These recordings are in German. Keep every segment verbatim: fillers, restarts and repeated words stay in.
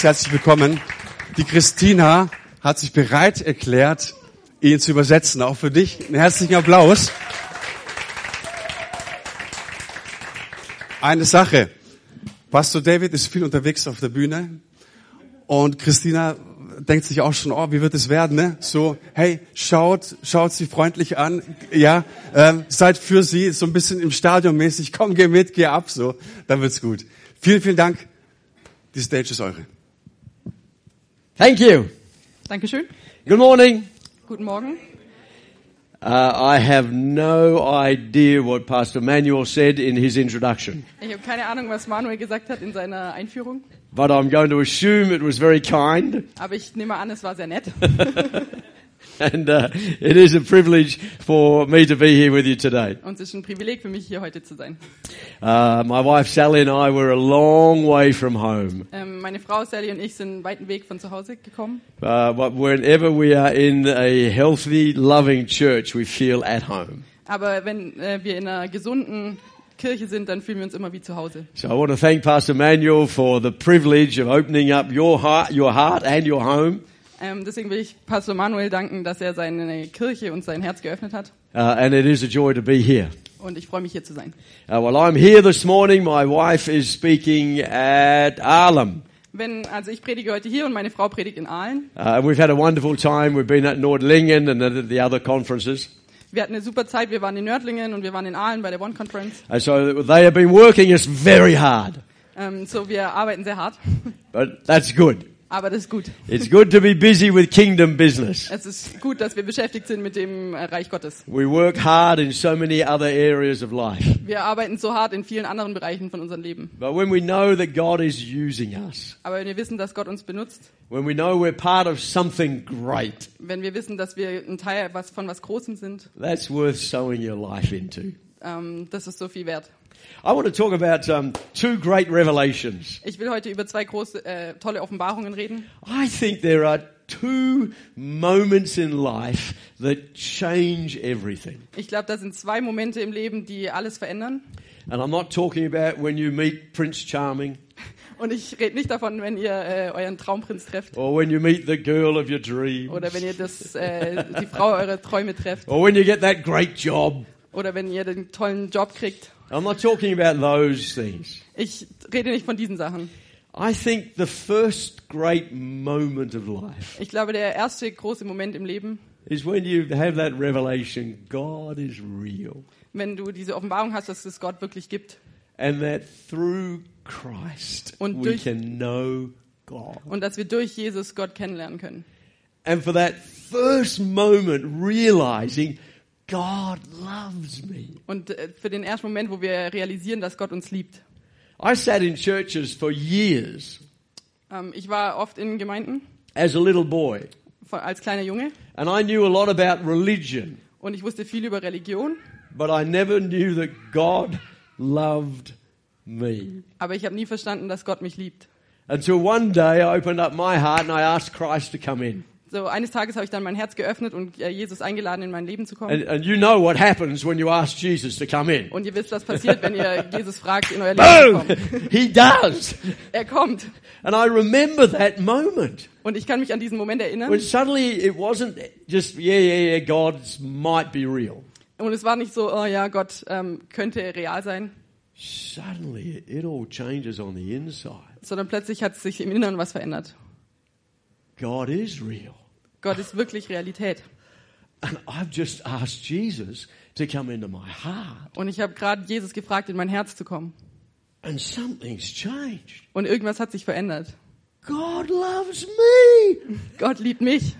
Herzlich willkommen. Die Christina hat sich bereit erklärt, ihn zu übersetzen. Auch für dich einen herzlichen Applaus. Eine Sache. Pastor David ist viel unterwegs auf der Bühne und Christina denkt sich auch schon, oh, wie wird es werden, ne? So, hey, schaut, schaut sie freundlich an, ja, ähm, seid für sie, so ein bisschen im Stadion mäßig, komm, geh mit, geh ab, so, dann wird's gut. Vielen, vielen Dank. Die Stage ist eure. Thank you. Dankeschön. Good morning. Guten Morgen. Uh, I have no idea what Pastor Manuel said in his introduction, Ich habe keine Ahnung, was Manuel gesagt hat in seiner Einführung, but I'm going to assume it was very kind, aber ich nehme an, es war sehr nett. and uh, it is a privilege for me to be here with you today. Und es ist ein Privileg für mich, hier heute zu sein. Uh, my wife Sally and I were a long way from home, Ähm, meine Frau Sally und ich sind einen weiten Weg von zu Hause gekommen. uh, but whenever we are in a healthy, loving church, we feel at home. Aber wenn äh, wir in einer gesunden Kirche sind, dann fühlen wir uns immer wie zu Hause. So I want to thank Pastor Manuel for the privilege of opening up your heart, your heart and your home. Ähm, deswegen will ich Pastor Manuel danken, dass er seine Kirche und sein Herz geöffnet hat. Uh, and it is a joy to be here. Und ich freue mich, hier zu sein. Uh, well, I'm here this morning. My wife is speaking at Arnhem. Wenn, also ich predige heute hier und meine Frau predigt in Aalen. Uh, we've had a wonderful time. We've been at Nordlingen and at the other conferences. Wir hatten eine super Zeit. Wir waren in Nördlingen und wir waren in Aalen bei der One Conference. And so they have been working us very hard. Ähm, so, wir arbeiten sehr hart. But that's good. Aber das ist gut. It's good to be busy with kingdom business. Es ist gut, dass wir beschäftigt sind mit dem äh, Reich Gottes. We work hard in so many other areas of life. Wir arbeiten so hart in vielen anderen Bereichen von unserem Leben. But when we know that God is using us, Aber wenn wir wissen, dass Gott uns benutzt, when we know we're part of something great, wenn wir wissen, dass wir ein Teil was von was Großem sind, that's worth sowing your life into. ähm, das ist so viel wert. I want to talk about um, two great revelations. Ich will heute über zwei große, äh, tolle Offenbarungen reden. I think there are two moments in life that change everything. Ich glaube, das sind zwei Momente im Leben, die alles verändern. And I'm not talking about when you meet Prince Charming Und ich rede nicht davon, wenn ihr äh, euren Traumprinz trefft or when you meet the girl of your dreams oder wenn ihr das, äh, die Frau eurer Träume trefft or when you get that great job. oder wenn ihr den tollen Job kriegt. I'm not talking about those things. Ich rede nicht von diesen Sachen. I think the first great moment of life Ich glaube, der erste große Moment im Leben, is when you have that revelation, God is real. wenn du diese Offenbarung hast, dass es Gott wirklich gibt. And that through Christ Und we durch- can know God. Und dass wir durch Jesus Gott kennenlernen können. And for that first moment realizing God loves me. Und äh, für den ersten Moment, wo wir realisieren, dass Gott uns liebt. I sat in churches for years Ähm, ich war oft in Gemeinden as a little boy, von, als kleiner Junge and I knew a lot about religion, und ich wusste viel über Religion, but I never knew that God loved me. aber ich habe nie verstanden, dass Gott mich liebt. Until one day I opened up my heart and I asked Christ to come in. So eines Tages habe ich dann mein Herz geöffnet und äh, Jesus eingeladen, in mein Leben zu kommen. And, and you know what happens when you ask Jesus to come in. Und ihr wisst, was passiert, wenn ihr Jesus fragt, in euer Leben Boom! zu kommen. He does. Er kommt. And I remember that moment. Und ich kann mich an diesen Moment erinnern. When suddenly it wasn't just, yeah, yeah, yeah, God might be real. Und es war nicht so, oh ja, Gott ähm, könnte real sein, Suddenly it all changes on the inside. sondern plötzlich hat sich im Inneren was verändert. God is real. Gott ist wirklich Realität. And I've just asked Jesus to come into my heart. Und ich habe gerade Jesus gefragt, in mein Herz zu kommen. And something's changed. Und irgendwas hat sich verändert. God loves me. Gott liebt mich.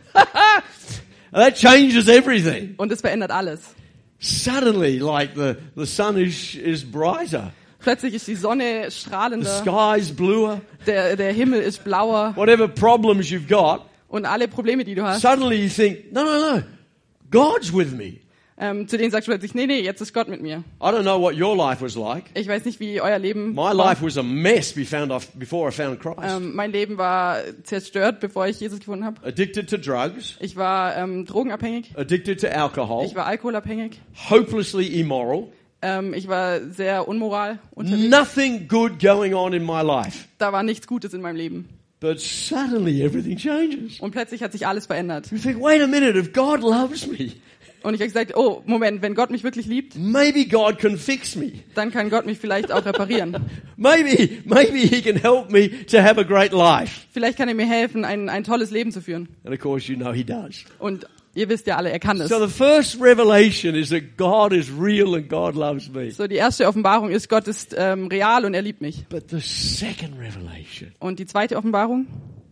That changes everything. Und es verändert alles. Suddenly, like the, the sun is, is brighter. Plötzlich ist die Sonne The strahlender, sky's bluer. der, der Himmel ist blauer Whatever problems you've got, und alle Probleme, die du hast, suddenly you think, no, no, no, God's with me. ähm, zu denen sagst du plötzlich, nee, nee, jetzt ist Gott mit mir. I don't know what your life was like. Ich weiß nicht, wie euer Leben My war. life was a mess be found off- before I found Christ. Ähm, mein Leben war zerstört, bevor ich Jesus gefunden habe. Addicted to drugs, Ich war ähm, drogenabhängig, addicted to alcohol, ich war alkoholabhängig, hopelessly immoral, ähm, ich war sehr unmoral unterwegs. nothing good going on in my life. Da war nichts Gutes in meinem Leben. But suddenly everything changes. Und plötzlich hat sich alles verändert. You think, wait a minute, if God loves me, Und ich habe gesagt, oh, Moment, wenn Gott mich wirklich liebt, maybe God can fix me. dann kann Gott mich vielleicht auch reparieren. Maybe, maybe He can help me to have a great life. Vielleicht kann er mir helfen, ein, ein tolles Leben zu führen. And of course, you know He does. Und ihr wisst ja alle, er kann es. So the first revelation is that God is real and God loves me. So, die erste Offenbarung ist, Gott ist ähm, real und er liebt mich. But the second revelation Und die zweite Offenbarung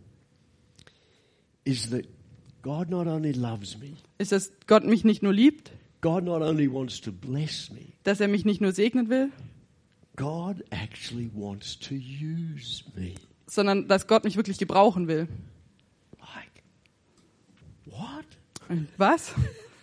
is that God not only loves me, ist, dass Gott mich nicht nur liebt, God not only wants to bless me, dass er mich nicht nur segnen will, God actually wants to use me. sondern dass Gott mich wirklich gebrauchen will. Like, what? Was?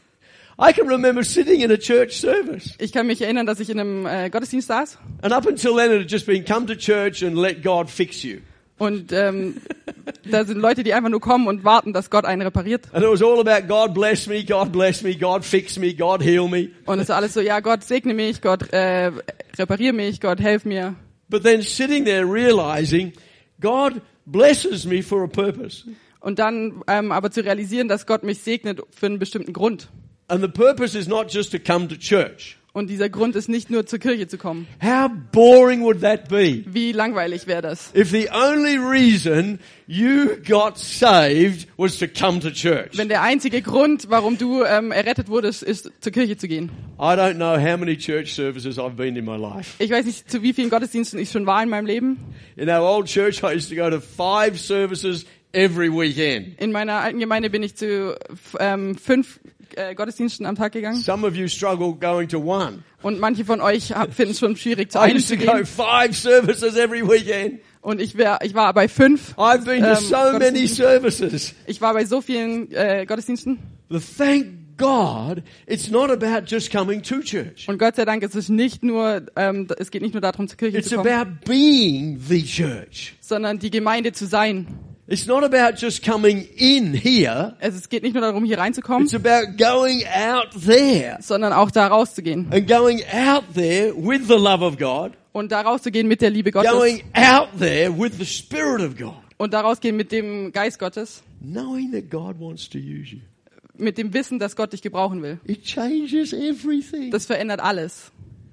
I can remember sitting in a church service. Ich kann mich erinnern, dass ich in einem äh, Gottesdienst saß And up until then it had just been come to church and let God fix you. und ähm, da sind Leute, die einfach nur kommen und warten, dass Gott einen repariert. And it was all about God bless me, God bless me, God fix me, God heal me. Und es war alles so, ja, Gott segne mich, Gott äh, reparier mich, Gott helf mir. But then sitting there realizing God blesses me for a purpose. Und dann ähm, aber zu realisieren, dass Gott mich segnet für einen bestimmten Grund. And the purpose is not just to come to church. Und dieser Grund ist nicht nur zur Kirche zu kommen. How boring would that be? Wie langweilig wäre das? If the only reason you got saved was to come to church. Wenn der einzige Grund, warum du ähm, errettet wurdest, ist, zur Kirche zu gehen. I don't know how many church services I've been in my life. Ich weiß nicht, zu wie vielen Gottesdiensten ich schon war in meinem Leben. In our old church I used to go to five services every weekend. In meiner alten Gemeinde bin ich zu f- ähm, fünf äh, Gottesdiensten am Tag gegangen. Some of you struggle going to one. Und manche von euch finden es schon schwierig, zu I einem used zu to go gehen. five services every weekend. Und ich, wär, ich war bei fünf. I've been to ähm, so many Gottesdiensten. services. Ich war bei so vielen äh, Gottesdiensten. But thank God, it's not about just coming to church. Und Gott sei Dank ist es nicht nur, ähm, es geht nicht nur darum, zur Kirche It's zu kommen, about being the church. sondern die Gemeinde zu sein. It's not about just coming in here. Also es geht nicht nur darum, hier reinzukommen, It's about going out there. sondern auch da rauszugehen. And going out there with the love of God. Und da rauszugehen mit der Liebe Gottes. Going out there with the Spirit of God. Und da rausgehen mit dem Geist Gottes. Knowing that God wants to use you. Mit dem Wissen, dass Gott dich gebrauchen will. It changes everything. Das verändert alles.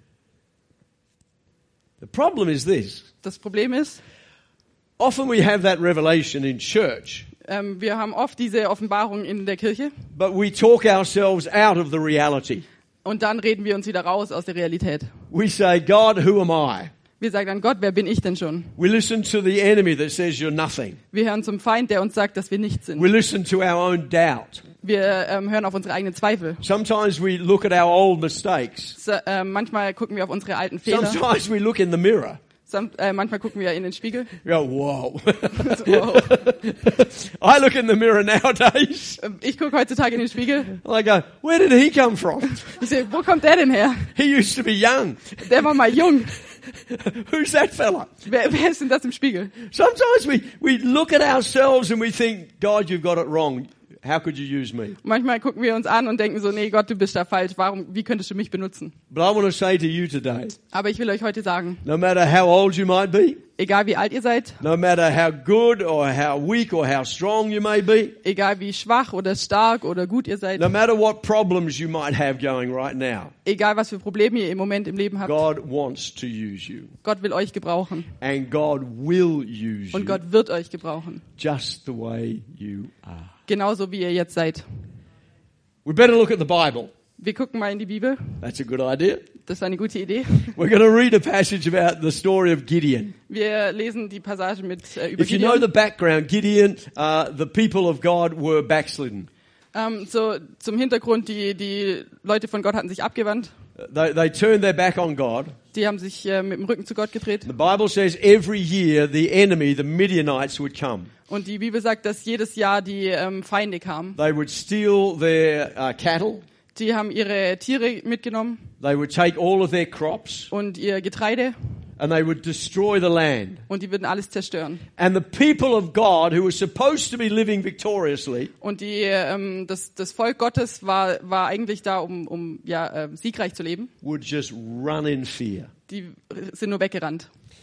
The problem is this. Das Problem ist, Often we have that revelation in church, ähm, wir haben oft diese Offenbarung in der Kirche. but we talk ourselves out of the reality. Und dann reden wir uns wieder raus aus der Realität. We say, God, who am I? Wir sagen dann, Gott, wer bin ich denn schon? We listen to the enemy that says you're nothing. Wir hören zum Feind, der uns sagt, dass wir nichts sind. We listen to our own doubt. Wir ähm, hören auf unsere eigenen Zweifel. Sometimes we look at our old mistakes. So, äh, manchmal gucken wir auf unsere alten Fehler. Sometimes we look in the mirror. Some, äh, manchmal gucken wir in den Spiegel. We go, whoa. So, wow. I look in the mirror nowadays. Ähm, Ich gucke heutzutage in den Spiegel. And I go, where did he come from? Ich sehe, wo kommt der denn her? He used to be young. Der war mal jung. Who's that fella? Wer, wer ist denn das im Spiegel? Sometimes we, we look at ourselves and we think, God, you've got it wrong. How could you use me? Manchmal gucken wir uns an und denken so, nee, Gott, du bist da falsch. Warum, wie könntest du mich benutzen? But I want to say to you today, Aber ich will euch heute sagen, no matter how old you might be, egal wie alt ihr seid, no matter how good or how weak or how strong you may be, egal wie schwach oder stark oder gut ihr seid, no matter what problems you might have going right now, egal was für Probleme ihr im Moment im Leben habt, God wants to use you. Gott will euch gebrauchen. And God will use Und you Gott wird euch gebrauchen. just the way you are. Genauso wie ihr jetzt seid. We better look at the Bible. Wir gucken mal in die Bibel. That's a good idea. Das ist eine gute Idee. We're going to read a passage about the story of Gideon. Wir lesen die Passage mit äh, über If you know the Gideon. background, Gideon, uh, the people of God were backslidden. Ähm, so zum Hintergrund, die die Leute von Gott hatten sich abgewandt. They, they turned their back on God. Die haben sich äh, mit dem Rücken zu Gott gedreht. The Bible says every year the enemy, the Midianites, would come. Und die Bibel sagt, dass jedes Jahr die ähm, Feinde kamen. They would steal their uh, cattle. Die haben ihre Tiere mitgenommen They would take all of their crops und ihr Getreide and they would destroy the land. und die würden alles zerstören. And the people of God, who were supposed to be living victoriously, Und die, ähm, das, das Volk Gottes war, war eigentlich da, um, um ja, äh, siegreich zu leben. would just run in fear. Die sind nur weggerannt.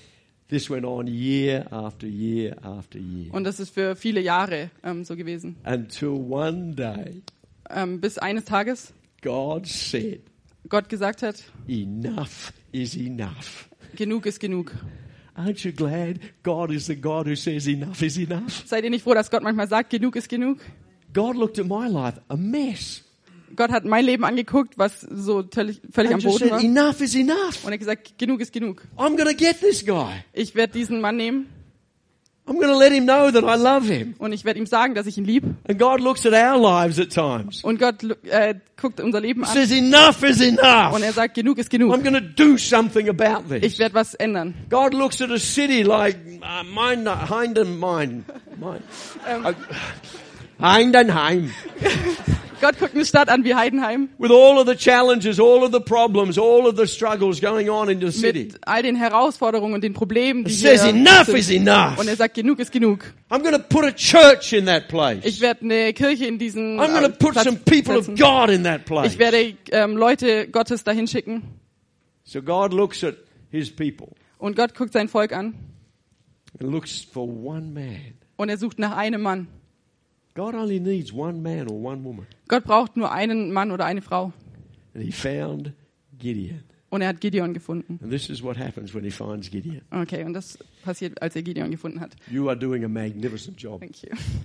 This went on year after year after year. Und das ist für viele Jahre ähm, so gewesen. Until one day, Ähm, bis eines Tages God said, Gott gesagt hat, enough is enough. genug ist genug. Aren't you glad God is the God who says enough is enough? Seid ihr nicht froh, dass Gott manchmal sagt, genug ist genug? God looked at my life, a mess, Gott hat mein Leben angeguckt, was so völlig, völlig am and just Boden said, war. enough is enough. Und er hat gesagt, genug ist genug. I'm going to get this guy. Ich werde diesen Mann nehmen I'm going to let him know that I love him. und ich werde ihm sagen, dass ich ihn lieb. And God looks at our lives at times. Und Gott äh, guckt unser Leben He an says, enough is enough. und er sagt, genug ist genug. I'm going to do something about Ich this. werde was ändern. God looks at a city like uh, mine, Heidenheim. Mine. Uh, Heidenheim. Gott guckt eine Stadt an wie Heidenheim With all of the challenges, all of the problems, all of the struggles going on in the city. mit all den Herausforderungen und den Problemen, die It hier says enough sind. is enough. Und er sagt, genug ist genug. I'm going to put a church in that place. Ich werde eine Kirche in diesen I'm going äh, to put Platz some people of setzen. God in that place. Ich werde ähm, Leute Gottes dahin schicken. So God looks at his people Und Gott guckt sein Volk an and looks for one man. und er sucht nach einem Mann. God only needs one man or one woman. Gott braucht nur einen Mann oder eine Frau. And he found Gideon. Und er hat Gideon gefunden. And this is what happens when he finds Gideon. Okay, und das passiert, als er Gideon gefunden hat. You are doing a magnificent job. Thank you.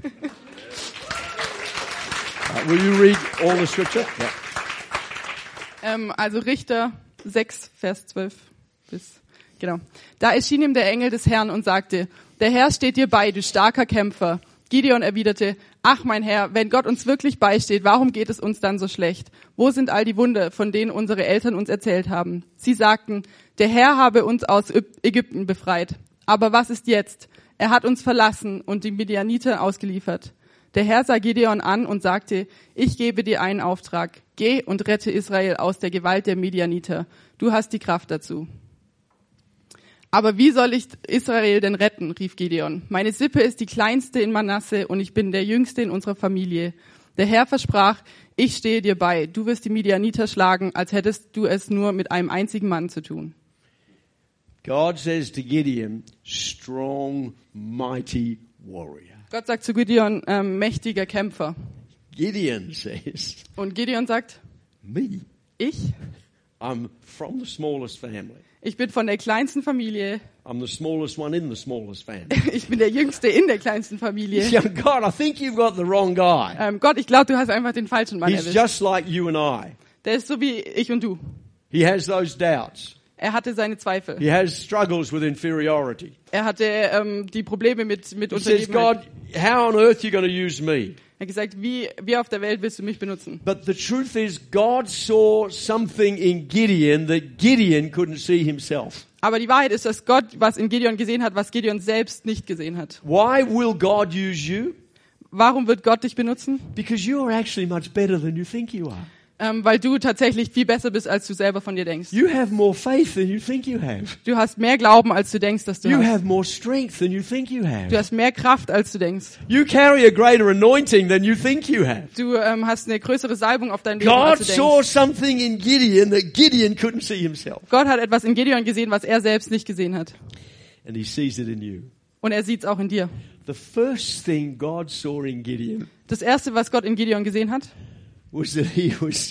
Uh, will you read all the scripture? Yeah. Ähm, also Richter sechs, Vers zwölf bis, genau. Da erschien ihm der Engel des Herrn und sagte, der Herr steht dir bei, du starker Kämpfer. Gideon erwiderte, ach mein Herr, wenn Gott uns wirklich beisteht, warum geht es uns dann so schlecht? Wo sind all die Wunder, von denen unsere Eltern uns erzählt haben? Sie sagten, der Herr habe uns aus Ägypten befreit. Aber was ist jetzt? Er hat uns verlassen und die Midianiter ausgeliefert. Der Herr sah Gideon an und sagte, ich gebe dir einen Auftrag. Geh und rette Israel aus der Gewalt der Midianiter. Du hast die Kraft dazu. Aber wie soll ich Israel denn retten, rief Gideon. Meine Sippe ist die kleinste in Manasse und ich bin der Jüngste in unserer Familie. Der Herr versprach, ich stehe dir bei. Du wirst die Midianiter schlagen, als hättest du es nur mit einem einzigen Mann zu tun. God says to Gideon, strong, mighty warrior. Gott sagt zu Gideon, ähm, mächtiger Kämpfer. Gideon says, Und Gideon sagt, me, ich? I'm from the smallest family. Ich bin von der kleinsten Familie. I'm the smallest one in the smallest family. Ich bin der Jüngste in der kleinsten Familie. Yeah, God, I think you've got the wrong guy. Ähm, Gott, ich glaube, du hast einfach den falschen Mann He's erwischt. just like you and I. Der ist so wie ich und du. He has those doubts. Er hatte seine Zweifel. He has struggles with inferiority. Er hatte ähm, die Probleme mit, mit He says, Unterlegenheit. God, how on earth are you going to use me? Er hat gesagt, wie, wie auf der Welt willst du mich benutzen? But the truth is, God saw something in Gideon that Gideon couldn't see himself. Aber die Wahrheit ist, dass Gott was in Gideon gesehen hat, was Gideon selbst nicht gesehen hat. Why will God use you? Warum wird Gott dich benutzen? Because you are actually much better than you think you are. Ähm, weil du tatsächlich viel besser bist, als du selber von dir denkst. You have more faith than you think you have. Du hast mehr Glauben, als du denkst, dass du You hast. have more strength than you think you Du have. hast mehr Kraft, als du denkst. You carry a greater anointing than you think you have. Du ähm, hast eine größere Salbung auf dein Leben, God als du saw denkst. something in Gideon that Gideon couldn't see himself. Gott hat etwas in Gideon gesehen, was er selbst nicht gesehen hat. And he sees it in you. Und er sieht es auch in dir. The first thing God saw in Gideon Das Erste, was Gott in Gideon gesehen hat, was that he was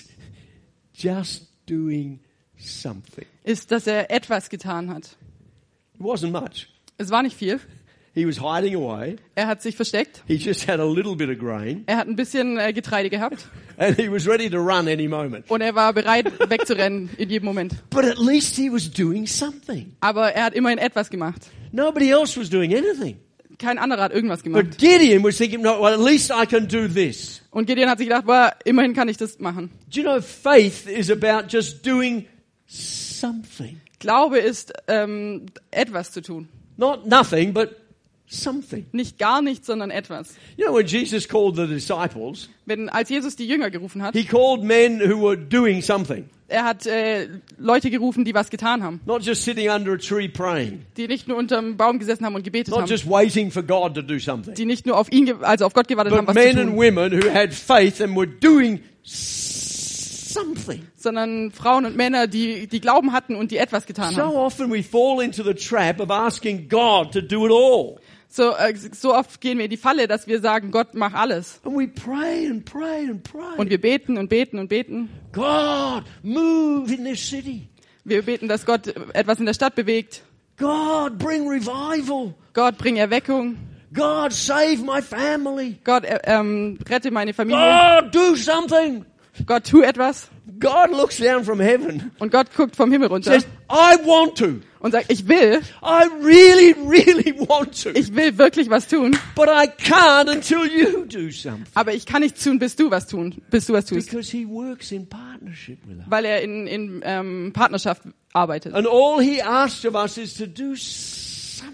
just doing something. ist, dass er etwas getan hat. It wasn't much. Es war nicht viel. He was hiding away. Er hat sich versteckt. He just had a little bit of grain. Er hat ein bisschen äh, Getreide gehabt. And he was ready to run any moment. Und er war bereit, wegzurennen in jedem Moment. But at least he was doing something. Aber er hat immerhin etwas gemacht. Nobody else was doing anything. Kein anderer hat irgendwas gemacht. But Gideon was thinking, no, well, at least I can do this. Und Gideon hat sich gedacht, boah, immerhin kann ich das machen. Do you know, faith is about just doing something. Glaube ist, ähm, etwas zu tun. Not nothing, but something. Nicht gar nichts, sondern etwas. You know, when Jesus called the disciples, Wenn, als Jesus die Jünger gerufen hat, he called men who were doing something. er hat äh, Leute gerufen, die was getan haben. Not just sitting under a tree praying. Die nicht nur unterm Baum gesessen haben und gebetet Not haben. just waiting for God to do something. Die nicht nur auf ihn, ge- also auf Gott gewartet haben, But was zu men and tun. women who had faith and were doing something. something. sondern Frauen und Männer, die, die Glauben hatten und die etwas getan So haben. often we fall into the trap of asking God to do it all. So, äh, so oft gehen wir in die Falle, dass wir sagen, Gott, mach alles. And we pray and pray and pray. Und wir beten und beten und beten. God, move in this city. Wir beten, dass Gott etwas in der Stadt bewegt. God, bring revival. Gott, bring Erweckung. God, save my family. Gott, äh, ähm, rette meine Familie. God, do something. Gott, tu etwas. God looks down from heaven, Und Gott guckt vom Himmel runter says, I want to. und sagt, ich will, I really, really want to. ich will wirklich was tun, But I can't until you do something. aber ich kann nicht tun, bis du was tun, bis du was tust, Because he works in partnership with us. weil er in, in ähm, Partnerschaft arbeitet. And all he asks of us is to do something.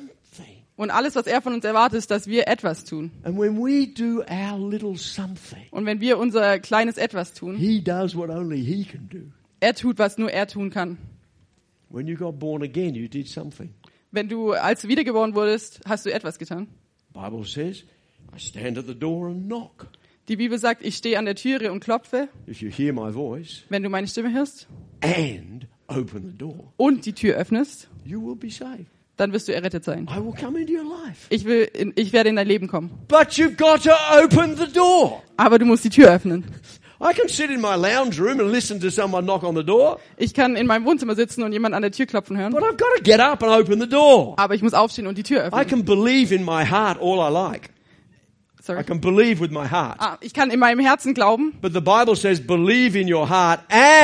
Und alles, was er von uns erwartet, ist, dass wir etwas tun. And when we do our little something, Und wenn wir unser kleines Etwas tun, he does what only he can do. er tut, was nur er tun kann. When you got born again, you did something. Wenn du, als du wiedergeboren wurdest, hast du etwas getan. The Bible says, I stand at the door and knock. Die Bibel sagt, ich stehe an der Türe und klopfe, If you hear my voice wenn du meine Stimme hörst and open the door, und die Tür öffnest, you will be saved. dann wirst du errettet sein. I will come into your life. Ich will, in, ich werde in dein Leben kommen. But you've got to open the door. Aber du musst die Tür öffnen. I can sit in my lounge room and listen to someone knock on the door, Ich kann in meinem Wohnzimmer sitzen und jemand an der Tür klopfen hören. but I've got to get up and open the door. Aber ich muss aufstehen und die Tür I öffnen. can believe in my heart all I like. I Sorry. can believe with my heart. Ah, ich kann in meinem Herzen glauben, But the Bible says believe in your heart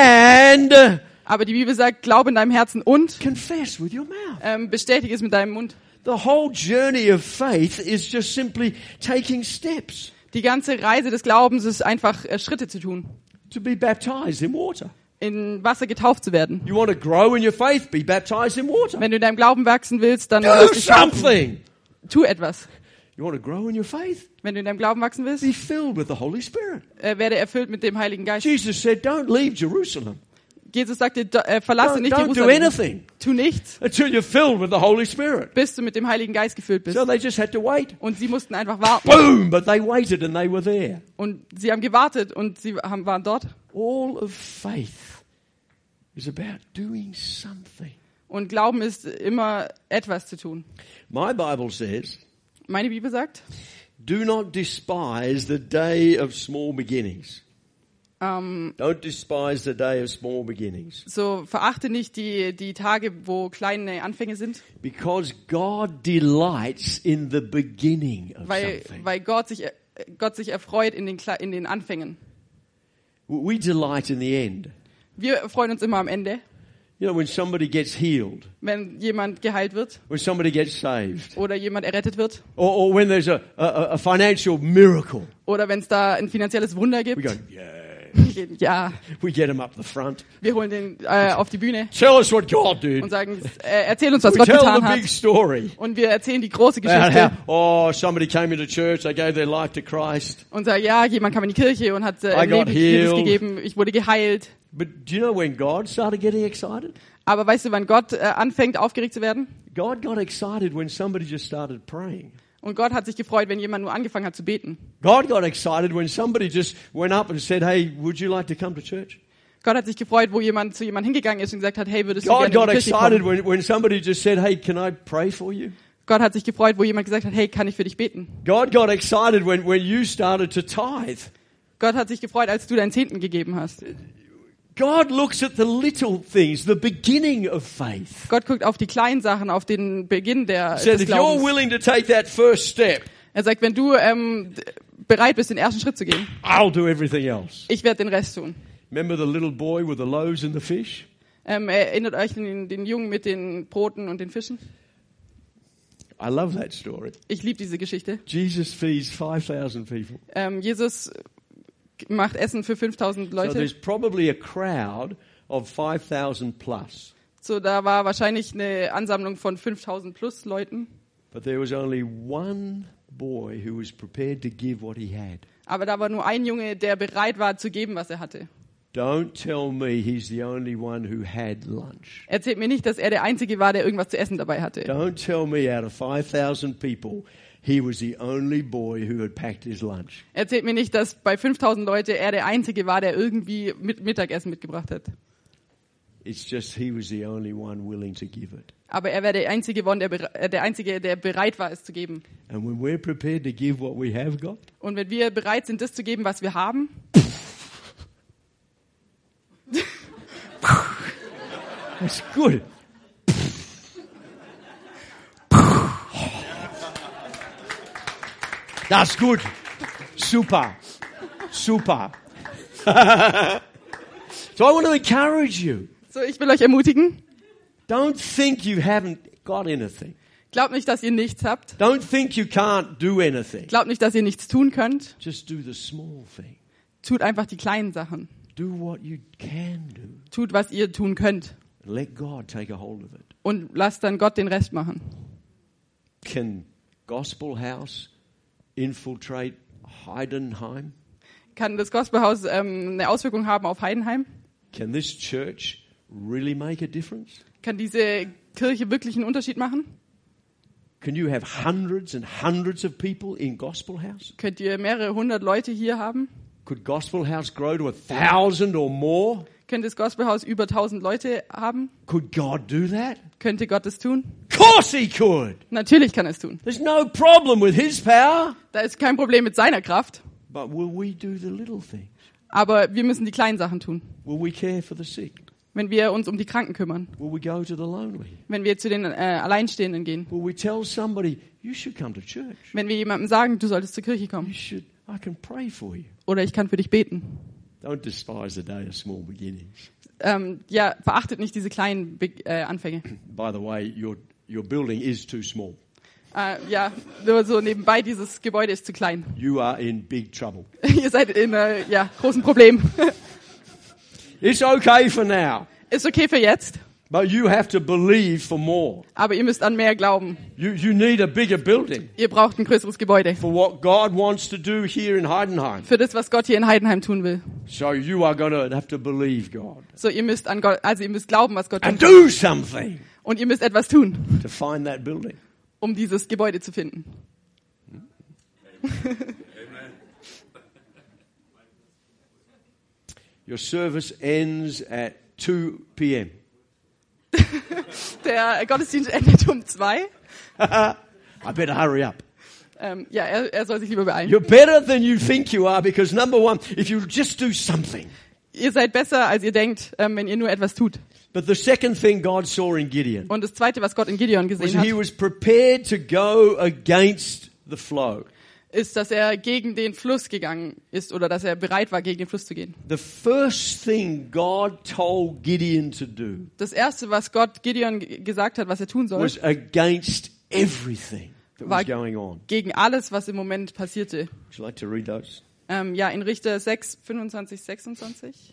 and aber die Bibel sagt, glaube in deinem Herzen und confess with your mouth. ähm, bestätige es mit deinem Mund. The whole journey of faith is just simply taking steps Die ganze Reise des Glaubens ist einfach äh, Schritte zu tun, to be baptized in water. in Wasser getauft zu werden. You want to grow in your faith, be baptized in water. Wenn du in deinem Glauben wachsen willst, dann Do lass dich taufen. something. Tu etwas. You want to grow in your faith, Wenn du in deinem Glauben wachsen willst, be filled with the Holy Spirit. äh, werde erfüllt mit dem Heiligen Geist. Jesus said, don't leave Jerusalem. Jesus sagte, do- äh, verlasse Don't, nicht don't do Jerusalem. anything Tu nichts, until you're filled with the Holy Spirit. bis du mit dem Heiligen Geist gefüllt bist. So they just had to wait. Und sie mussten einfach warten. Boom! But they waited and they were there. Und sie haben gewartet und sie haben, waren dort. All of faith is about doing something. Und Glauben ist immer etwas zu tun. My Bible says, Meine Bibel sagt, do not despise the day of small beginnings. ähm, Don't despise the day of small beginnings. so verachte nicht die, die Tage, wo kleine Anfänge sind, Because God delights in the beginning of weil, something. weil Gott, sich, Gott sich erfreut in den, Kle- in den Anfängen. We delight in the end. Wir freuen uns immer am Ende, You know, when somebody gets healed, wenn jemand geheilt wird when somebody gets saved, oder jemand errettet wird or, or when there's a, a, a financial miracle, oder wenn es da ein finanzielles Wunder we gibt. go, yeah. Ja, We get him up the front. wir holen den äh, auf die Bühne Tell us what God did. und sagen, äh, erzähl uns, was We Gott tell getan the hat. big story. Und wir erzählen die große About how, Geschichte oh, somebody came into church, they gave their life to Christ. und sagen, ja, jemand kam in die Kirche und hat äh, I ein got Leben Jesus healed. gegeben, ich wurde geheilt. But do you know when God started getting excited? Aber weißt du, wann Gott äh, anfängt, aufgeregt zu werden? God got excited when somebody just started praying. Und Gott hat sich gefreut, wenn jemand nur angefangen hat zu beten. God got excited when somebody just went up and said, hey, would you like to come to church? Gott hat sich gefreut, wo jemand zu jemandem hingegangen ist und gesagt hat, hey, würdest du God gerne got in die Kirche excited kommen? when, when somebody just said, hey, can I pray for you? Gott hat sich gefreut, wo jemand gesagt hat, hey, kann ich für dich beten? God got excited when, when you started to tithe. Gott hat sich gefreut, als du deinen Zehnten gegeben hast. God looks at the little things, the beginning of faith. Gott guckt auf die kleinen Sachen, auf den Beginn der, Said, des if you're Glaubens. willing to take that first step, Er sagt, wenn du ähm, d- bereit bist, den ersten Schritt zu gehen, I'll do everything else. ich werde den Rest tun. Remember the little boy with the loaves and the fish? Ähm, erinnert euch an den, den Jungen mit den Broten und den Fischen? I love that story. Ich liebe diese Geschichte. Jesus feeds five thousand people. Ähm, Jesus macht Essen für fünftausend So Leute. there's probably a crowd of five thousand plus. So, da war wahrscheinlich eine Ansammlung von fünftausend plus Leuten. But there was only one boy who was prepared to give what he had. Aber da war nur ein Junge, der bereit war zu geben, was er hatte. Don't tell me he's the only one who had lunch. Erzählt mir nicht, dass er der Einzige war, der irgendwas zu essen dabei hatte. Don't tell me out of five thousand people, he was the only boy who had packed his lunch. Erzählt mir nicht, dass bei fünftausend Leute er der Einzige war, der irgendwie mit Mittagessen mitgebracht hat. It's just he was the only one willing to give it. Aber er wäre der Einzige, der, der Einzige, der bereit war, es zu geben. And when we're prepared to give what we have got, Und wenn wir bereit sind, das zu geben, was wir haben, that's good. That's good. Super. Super. So I want to encourage you. so ich will euch ermutigen, Don't think you haven't got anything. glaubt nicht, dass ihr nichts habt. Don't think you can't do anything. Glaubt nicht, dass ihr nichts tun könnt. Just do the small thing. Tut einfach die kleinen Sachen. Do what you can do. Tut, was ihr tun könnt. And let God take a hold of it. Und lasst dann Gott den Rest machen. Can Gospel House infiltrate Heidenheim? Kann das Gospelhaus ähm, eine Auswirkung haben auf Heidenheim? Can this church really make a difference? Kann diese Kirche wirklich einen Unterschied machen? Can you have hundreds and hundreds of people in Gospel House? Könnt ihr mehrere hundert Leute hier haben? Could Gospel House grow to a thousand or more? Könnte das Gospelhaus über tausend Leute haben? Could God do that? Könnte Gott es tun? Of course he could. Natürlich kann er es tun. There's no problem with his power. Da ist kein Problem mit seiner Kraft. But will we do the little things? Aber wir müssen die kleinen Sachen tun. Will we care for the sick? Wenn wir uns um die Kranken kümmern. Will we go to the lonely? Wenn wir zu den äh, Alleinstehenden gehen. Will we tell somebody, you should come to church? Wenn wir jemandem sagen, du solltest zur Kirche You kommen. should, I can pray for you. Oder ich kann für dich beten. Don't despise the day of small beginnings. Ähm, ja, verachtet nicht diese kleinen Be äh, Anfänge. By the way, your, your building is too small. Äh, ja, nur so nebenbei, dieses Gebäude ist zu klein. You are in big trouble. Ihr seid in äh, ja, großen Problemen. It's okay for now, Ist okay für jetzt, but you have to believe for more. aber ihr müsst an mehr glauben. You, you need a bigger building Ihr braucht ein größeres Gebäude. for what God wants to do here in Heidenheim. Für das, was Gott hier in Heidenheim tun will. So you are going to have to believe God So, ihr müsst an Gott, also ihr müsst glauben, was Gott and tut. do something Und ihr müsst etwas tun, to find that building. um dieses Gebäude zu finden. Your service ends at two p.m. Der Gottesdienst endet um zwei. I better hurry up. Ähm, ja, er, er soll sich lieber beeilen. You're better than you think you are because number one, if you just do something. Ihr seid besser, als ihr denkt, ähm, wenn ihr nur etwas tut. But the second thing God saw in Gideon Und das Zweite, was Gott in Gideon was gesehen he hat, was prepared to go against the flow. ist, dass er gegen den Fluss gegangen ist oder dass er bereit war, gegen den Fluss zu gehen. The first thing God told Gideon to do Das Erste, was Gott Gideon g- gesagt hat, was er tun soll, was against everything that war was going on. gegen alles, was im Moment passierte. Would you like to read those? Ähm, ja, in Richter sechs, fünfundzwanzig, sechsundzwanzig.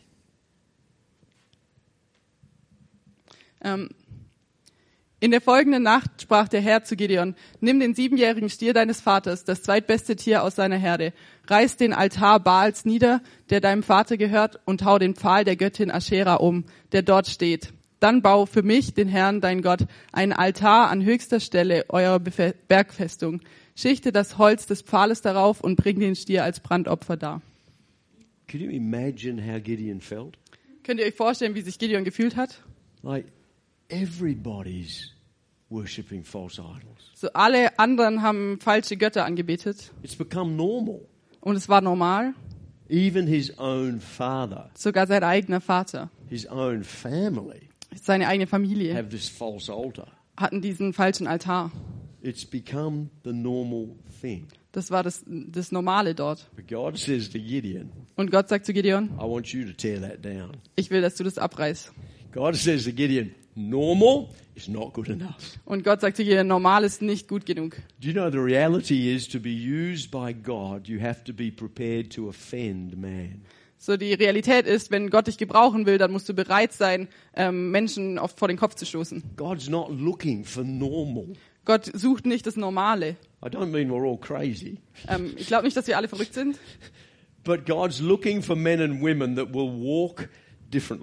Ähm, in der folgenden Nacht sprach der Herr zu Gideon: Nimm den siebenjährigen Stier deines Vaters, das zweitbeste Tier aus seiner Herde, reiß den Altar Baals nieder, der deinem Vater gehört, und hau den Pfahl der Göttin Aschera um, der dort steht. Dann bau für mich, den Herrn, dein Gott, einen Altar an höchster Stelle eurer Befe- Bergfestung. Schichte das Holz des Pfahles darauf und bring den Stier als Brandopfer dar. Could you imagine how Gideon felt? Könnt ihr euch vorstellen, wie sich Gideon gefühlt hat? Like everybody's worshipping false idols. So alle anderen haben falsche Götter angebetet It's become normal. und es war normal. Even his own father, Sogar sein eigener Vater, his own family seine eigene Familie have this false altar. hatten diesen falschen Altar. It's become the normal thing. Das war das, das Normale dort. But God says to Gideon, Und Gott sagt zu Gideon: I want you to tear that down. Ich will, dass du das abreißt. God says to Gideon, normal is not good enough. Und Gott sagt zu Gideon: Normal ist nicht gut genug. Do you know the reality is to be used by God, you have to be prepared to offend man. So, die Realität ist, wenn Gott dich gebrauchen will, dann musst du bereit sein, ähm, Menschen auf, vor den Kopf zu stoßen. God's not looking for normal. Gott sucht nicht das Normale. I don't mean we're all crazy, Ähm, ich glaube nicht, dass wir alle verrückt sind, but God's looking for men and women that will walk differently.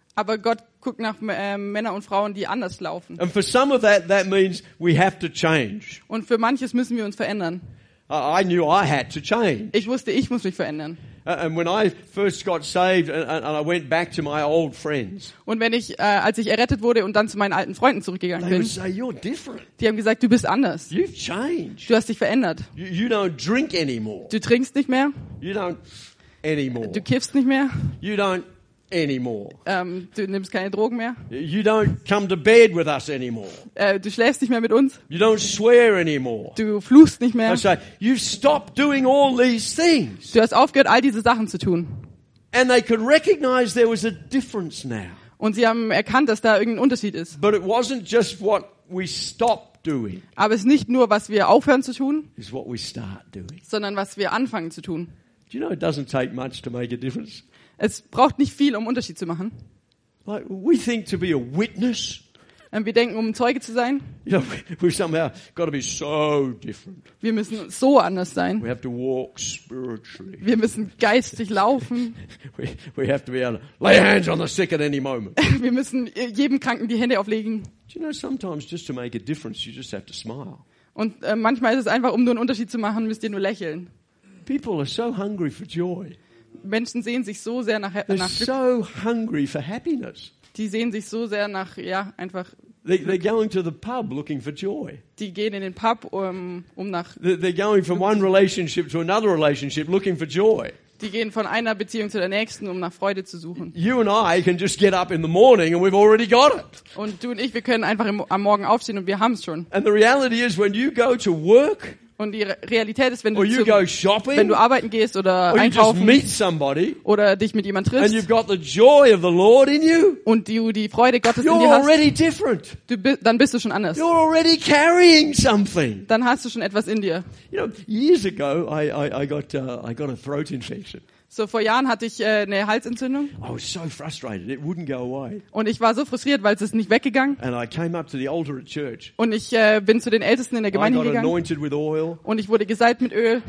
Aber Gott guckt nach äh, Männern und Frauen, die anders laufen. And for some of that, that means we have to change. Und für manches müssen wir uns verändern. I, I knew I had to change. Ich wusste, ich muss mich verändern. Uh, and when I first got saved and, and I went back to my old friends, Und wenn ich, äh, als ich errettet wurde und dann zu meinen alten Freunden zurückgegangen they would bin, say, you're different. die haben gesagt, du bist anders. You've changed. Du hast dich verändert. You, you don't drink anymore. Du trinkst nicht mehr, You don't anymore. du kiffst nicht mehr, You don't anymore. ähm, du nimmst keine Drogen mehr, You don't come to bed with us anymore. äh, du schläfst nicht mehr mit uns, You don't swear anymore. du fluchst nicht mehr. They say, you've stopped doing all these things. Du hast aufgehört, all diese Sachen zu tun. And they could recognize there was a difference now. Und sie haben erkannt, dass da irgendein Unterschied ist. But it wasn't just what we stopped doing, Aber es ist nicht nur, was wir aufhören zu tun, it's what we start doing. sondern was wir anfangen zu tun. Do you know it doesn't take much to make a difference? Es braucht nicht viel, um Unterschied zu machen. Like, we think to be a witness, Ähm, Wir denken, um ein Zeuge zu sein, you know, we've somehow got to be so different. wir müssen so anders sein. We have to walk spiritually. Wir müssen geistig laufen. We, we have to be able to lay hands on the sick at any moment. Wir müssen jedem Kranken die Hände auflegen. Do you know, sometimes just to make a difference, you just have to smile. Und äh, manchmal ist es einfach, um nur einen Unterschied zu machen, müsst ihr nur lächeln. People are so hungry for joy. Menschen sehen sich so sehr nach, They're nach Glück. so hungry for happiness. Die sehen sich so sehr nach, ja, einfach, They, they're going to the pub looking for joy. die gehen in den Pub, um, um nach, They're they're going from one relationship to another relationship looking for joy. die gehen von einer Beziehung zu der nächsten, um nach Freude zu suchen. You and I can just get up in the morning and we've already got it. Und du und ich, wir können einfach im, am Morgen aufstehen und wir haben es schon. And the reality is when you go to work Und die Re- Realität ist, wenn du, or you zum, go wenn shopping du arbeiten gehst oder or you just einkaufen meet somebody oder dich mit jemand and triffst you've got the joy of the Lord in you, und du die Freude Gottes in you're dir hast, already different. du, bi- dann bist du schon anders. You're already carrying something. Dann hast du schon etwas in dir. You know, years ago I, I, I got uh, I got a throat infection. So vor Jahren hatte ich äh, eine Halsentzündung I was so frustrated; it wouldn't go away. und ich war so frustriert, weil es ist nicht weggegangen. And I came up to the altar at church. Und ich äh, bin zu den Ältesten in der I Gemeinde got gegangen anointed with oil. und ich wurde gesalbt mit Öl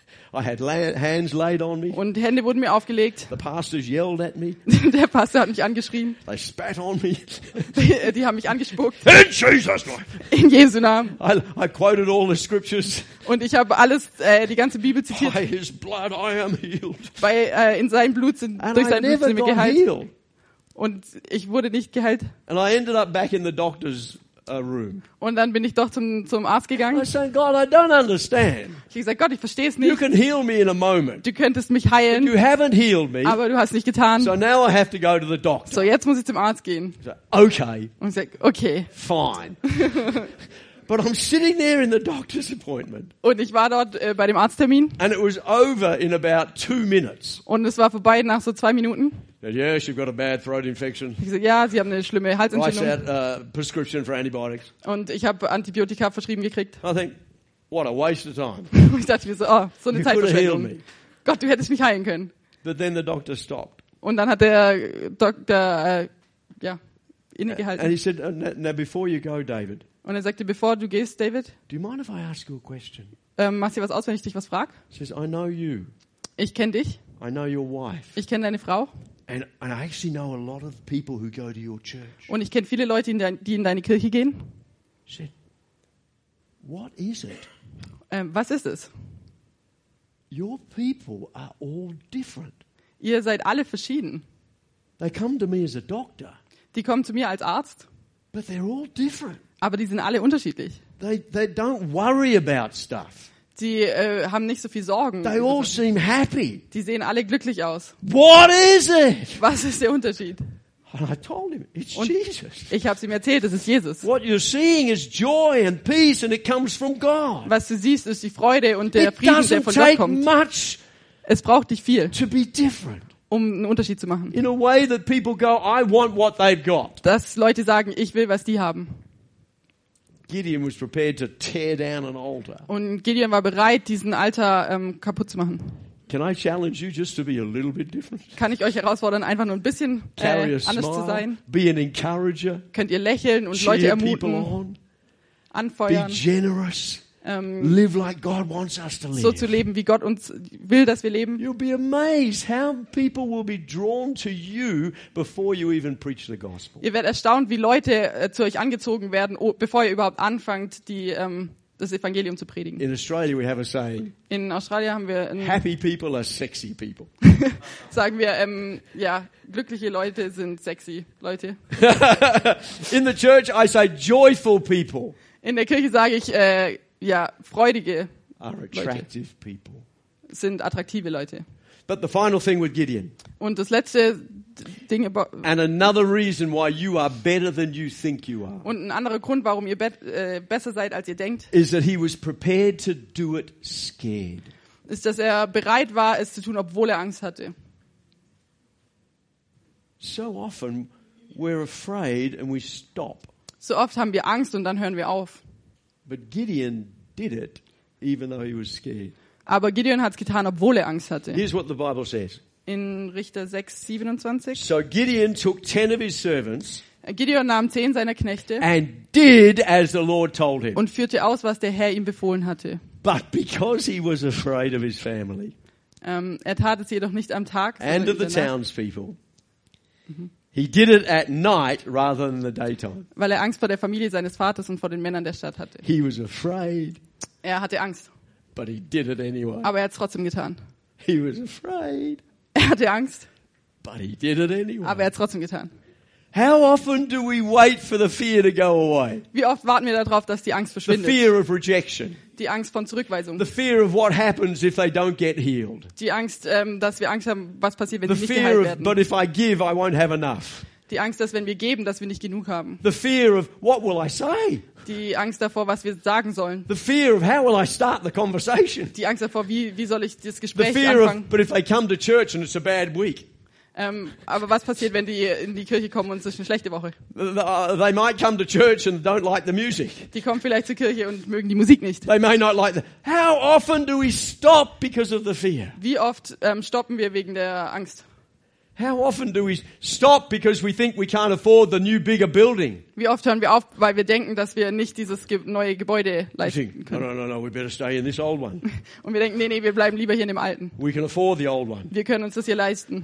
I had la- hands laid on me. und Hände wurden mir aufgelegt. The pastors yelled at me. Der Pastor hat mich angeschrien. They spat on me. Die, die haben mich angespuckt. In Jesus' name. In Jesu Namen. I, I quoted all the scriptures. Und ich habe alles, äh, die ganze Bibel zitiert. By His blood I am healed. Bei, äh, in seinem Blut sind, And durch I sein Blut never sind wir got geheilt. healed. Und ich wurde nicht geheilt. And I ended up back in the doctor's uh, room. Und dann bin ich doch zum, zum Arzt I gegangen. said, God, I don't understand. Ich habe gesagt, Gott, ich verstehe es You nicht. can heal me in a moment. Du könntest mich You heilen, haven't healed me. aber du hast nicht getan. So now I have to go to the doctor. So, jetzt muss ich zum Arzt gehen. I said, okay, Und ich sage, okay. fine. But I'm sitting there in the doctor's appointment. Und ich war dort äh, bei dem Arzttermin And it was over in about two minutes. und es war vorbei nach so zwei Minuten. Said, yes, you've got a bad throat infection. Ich sage, ja, Sie haben eine schlimme Writes Halsentzündung out uh, prescription for antibiotics. und ich habe Antibiotika verschrieben gekriegt. I think, what a waste of time. Und ich dachte mir so, oh, so eine You could have healed Zeitverschwendung. me. Gott, du hättest mich heilen können. But then the doctor stopped. Und dann hat der Doktor, äh, ja, And innegehalten. he said, uh, now now before you go, David, Und er sagte, bevor du gehst, David, do you mind if I ask you a question? ähm, machst dir was aus, wenn ich dich was frag? He says, I know you. Ich kenne dich, I know your wife. ich kenne deine Frau And, and I actually know a lot of people who go to your church. und ich kenne viele Leute, die in, dein, die in deine Kirche gehen. He said, what is it? Ähm, was ist es? Your people are all different. Ihr seid alle verschieden. They come to me as a doctor, Die kommen zu mir als Arzt, but they're all different. aber die sind alle unterschiedlich. They, they don't worry about stuff. Die äh, haben nicht so viel Sorgen. They all seem happy. Die sehen alle glücklich aus. What is it? Was ist der Unterschied? And I told him, it's Und Jesus. ich habe es ihm erzählt, es ist Jesus. What you're seeing is joy and peace and it comes from God. Was du siehst, ist die Freude und der It Frieden, der doesn't von Gott take kommt. much Es braucht nicht viel, to be different. um einen Unterschied zu machen. In a way that people go, I want what they've got. Dass Leute sagen, ich will, was die haben. Gideon was prepared to tear down an altar. Und Gideon war bereit, diesen Altar ähm, kaputt zu machen. Can I challenge you just to be a little bit different? Kann ich euch herausfordern, einfach nur ein bisschen Carry äh, a anders zu smile, sein? be an encourager, Könnt ihr lächeln und Leute cheer people ermuten, on, be anfeuern, generous. ähm, live like God wants us to so zu live. leben, wie Gott uns will, dass wir leben. You'll be amazed how people will be drawn to you before you even preach the gospel. Ihr werdet erstaunt, wie Leute äh, zu euch angezogen werden, oh, bevor ihr überhaupt anfangt, die, ähm, das Evangelium zu predigen. In Australia we have a saying, In Australien haben wir, ein, happy people are sexy people. sagen wir, ähm, ja, glückliche Leute sind sexy Leute. In the church I say joyful people In der Kirche sage ich, äh, ja, freudige are attractive people. sind attraktive Leute. But the final thing with Gideon, Und das letzte Ding about, and another reason why you are better than you think you are, und ein anderer Grund, warum ihr bet, äh, besser seid, als ihr denkt, is that he was prepared to do it scared. ist, dass er bereit war, es zu tun, obwohl er Angst hatte. So often we're afraid and we stop. So oft haben wir Angst und dann hören wir auf. But Gideon did it even though he was scared. Aber Gideon hat es getan, obwohl er Angst hatte. Here's what the Bible says. In Richter sechs, siebenundzwanzig. So Gideon took ten of his servants Gideon nahm zehn seiner Knechte and did as the Lord told him. und führte aus, was der Herr ihm befohlen hatte. But because he was afraid of his family Ähm, er tat es jedoch nicht am Tag, and sondern of the in der Nacht, townspeople, he did it at night rather than the daytime. weil er Angst vor der Familie seines Vaters und vor den Männern der Stadt hatte. He was afraid, Er hatte Angst, but he did it anyway. aber er hat es trotzdem getan. He was afraid, Er hatte Angst, but he did it anyway. aber er hat es trotzdem getan. How often do we wait for the fear to go away? Wie oft warten wir darauf, dass die Angst The verschwindet? fear of rejection. Die Angst von Zurückweisung. The fear of what happens if they don't get healed. Die Angst, ähm, dass wir Angst haben, was passiert, wenn The sie nicht fear geheilt of, werden. but if I give, I won't have enough. Die Angst, dass wenn wir geben, dass wir nicht genug haben. The fear of, what will I say? Die Angst davor, was wir sagen sollen. The fear of, how will I start the conversation? Die Angst davor, wie, wie soll ich das The Gespräch fear anfangen. of, but if they come to church and it's a bad week, Ähm, aber was passiert, wenn die in die Kirche kommen und es ist eine schlechte Woche? uh, they might come to church and don't like the music. Die kommen vielleicht zur Kirche und mögen die Musik nicht. They may not like the, how often do we stop because of the fear? Wie oft ähm, stoppen wir wegen der Angst? How often do we stop because we think we can't afford the new bigger building? Wie oft hören wir auf, weil wir denken, dass wir nicht dieses ge neue Gebäude We leisten think, no, können. no, no, no, we better stay in this old one. Und wir denken, nee, nee, wir bleiben lieber hier in dem alten. We can afford the old one. Wir können uns das hier leisten.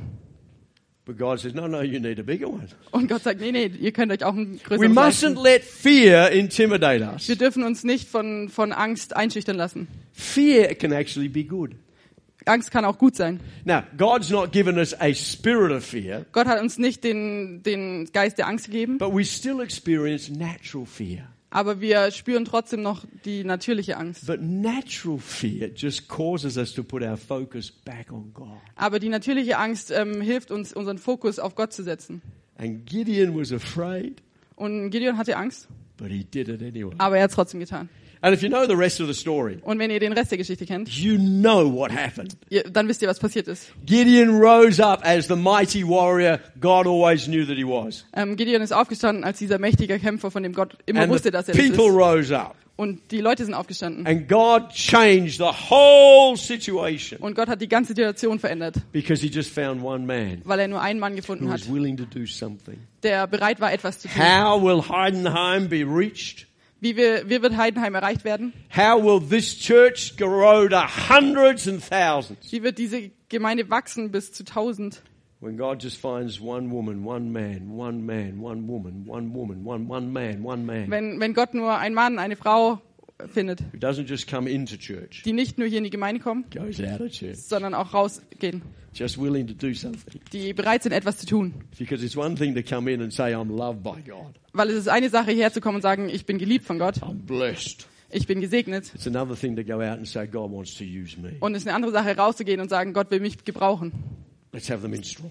But God says, no, no, you need a bigger one. Und Gott sagt, nee, nee, ihr könnt euch auch ein We größeres leisten. mustn't let fear intimidate us. Wir dürfen uns nicht von, von Angst einschüchtern lassen. Fear can actually be good. Angst kann auch gut sein. Now, God's not given us a spirit of fear, Gott hat uns nicht den, den Geist der Angst gegeben, but we still experience natural fear. aber wir spüren trotzdem noch die natürliche Angst. But natural fear just causes us to put our focus back on God. Aber die natürliche Angst ähm, hilft uns, unseren Fokus auf Gott zu setzen. And Gideon was afraid, Und Gideon hatte Angst, but he did it anyway. aber er hat es trotzdem getan. And if you know the rest of the story, Und wenn ihr den Rest der Geschichte kennt, you know what happened. ihr, dann wisst ihr, was passiert ist. Gideon rose up as the mighty warrior God always knew that he was. Ähm, Gideon ist aufgestanden als dieser mächtige Kämpfer, von dem Gott immer And wusste, the dass er das people ist. rose up. Und die Leute sind aufgestanden. And God changed the whole situation Und Gott hat die ganze Situation verändert, because he just found one man weil er nur einen Mann who gefunden hat, was willing to do something. der bereit war, etwas zu tun. How will Heidenheim be reached? Wie, wir, wie wird Heidenheim erreicht werden? How will this church grow to hundreds and thousands? Wie wird diese Gemeinde wachsen bis zu tausend? When God just finds one woman, one man, one man, one woman, one woman, one, one man, one man, Wenn, wenn Gott nur einen Mann, eine Frau findet, who doesn't just come into church, die nicht nur hier in die Gemeinde kommen, goes out of church, sondern auch rausgehen, just willing to do something. die bereit sind, etwas zu tun. Because it's one thing to come in and say, I'm loved by God. Weil es ist eine Sache, herzukommen und sagen, ich bin geliebt von Gott, I'm blessed. ich bin gesegnet. It's another thing to go out and say, God wants to use me. Und es ist eine andere Sache, rauszugehen und sagen, Gott will mich gebrauchen. Let's have the minstrel.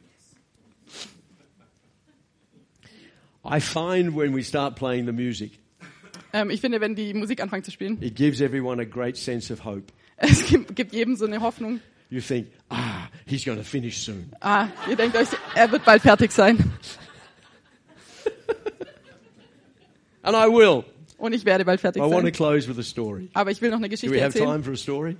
I find when we start playing the music, Ähm, ich finde, wenn die Musik anfängt zu spielen, it gives everyone a great sense of hope. es gibt, gibt jedem so eine Hoffnung. You think, ah, he's going to finish soon. Ah, ihr denkt euch, er wird bald fertig sein. And I will. Und ich werde bald I fertig want to sein. close with a story. Aber ich will noch eine Do Geschichte we have erzählen. time for a story?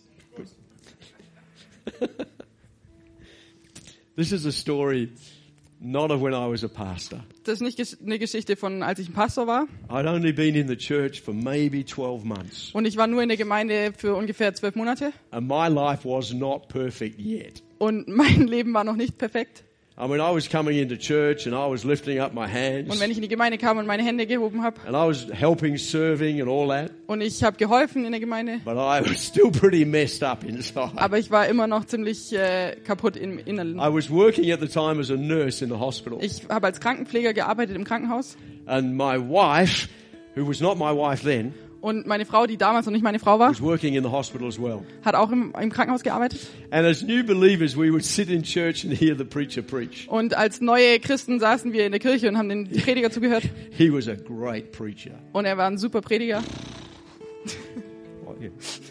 This is a story not of when I was a pastor. Das ist nicht gesch- eine Geschichte von, als ich ein Pastor war. I'd only been in the church for maybe twelve months. Und ich war nur in der Gemeinde für ungefähr zwölf Monate. And my life was not perfect yet. Und mein Leben war noch nicht perfekt. I mean, I was coming into church and I was lifting up my hands. Und wenn ich in die Gemeinde kam und meine Hände gehoben habe. And I was helping, serving and all that. Und ich habe geholfen in der Gemeinde. But I was still pretty messed up inside. Aber ich war immer noch ziemlich äh, kaputt im Inneren. I was working at the time as a nurse in the hospital. Ich habe als Krankenpfleger gearbeitet im Krankenhaus. And my wife, who was not my wife then, Und meine Frau, die damals noch nicht meine Frau war, was working in the hospital as well. hat auch im, im Krankenhaus gearbeitet. And as new believers, we would sit in church and hear the preacher preach. Und als neue Christen saßen wir in der Kirche und haben den Prediger zugehört. He was a great preacher. Und er war ein super Prediger. Oh, yeah.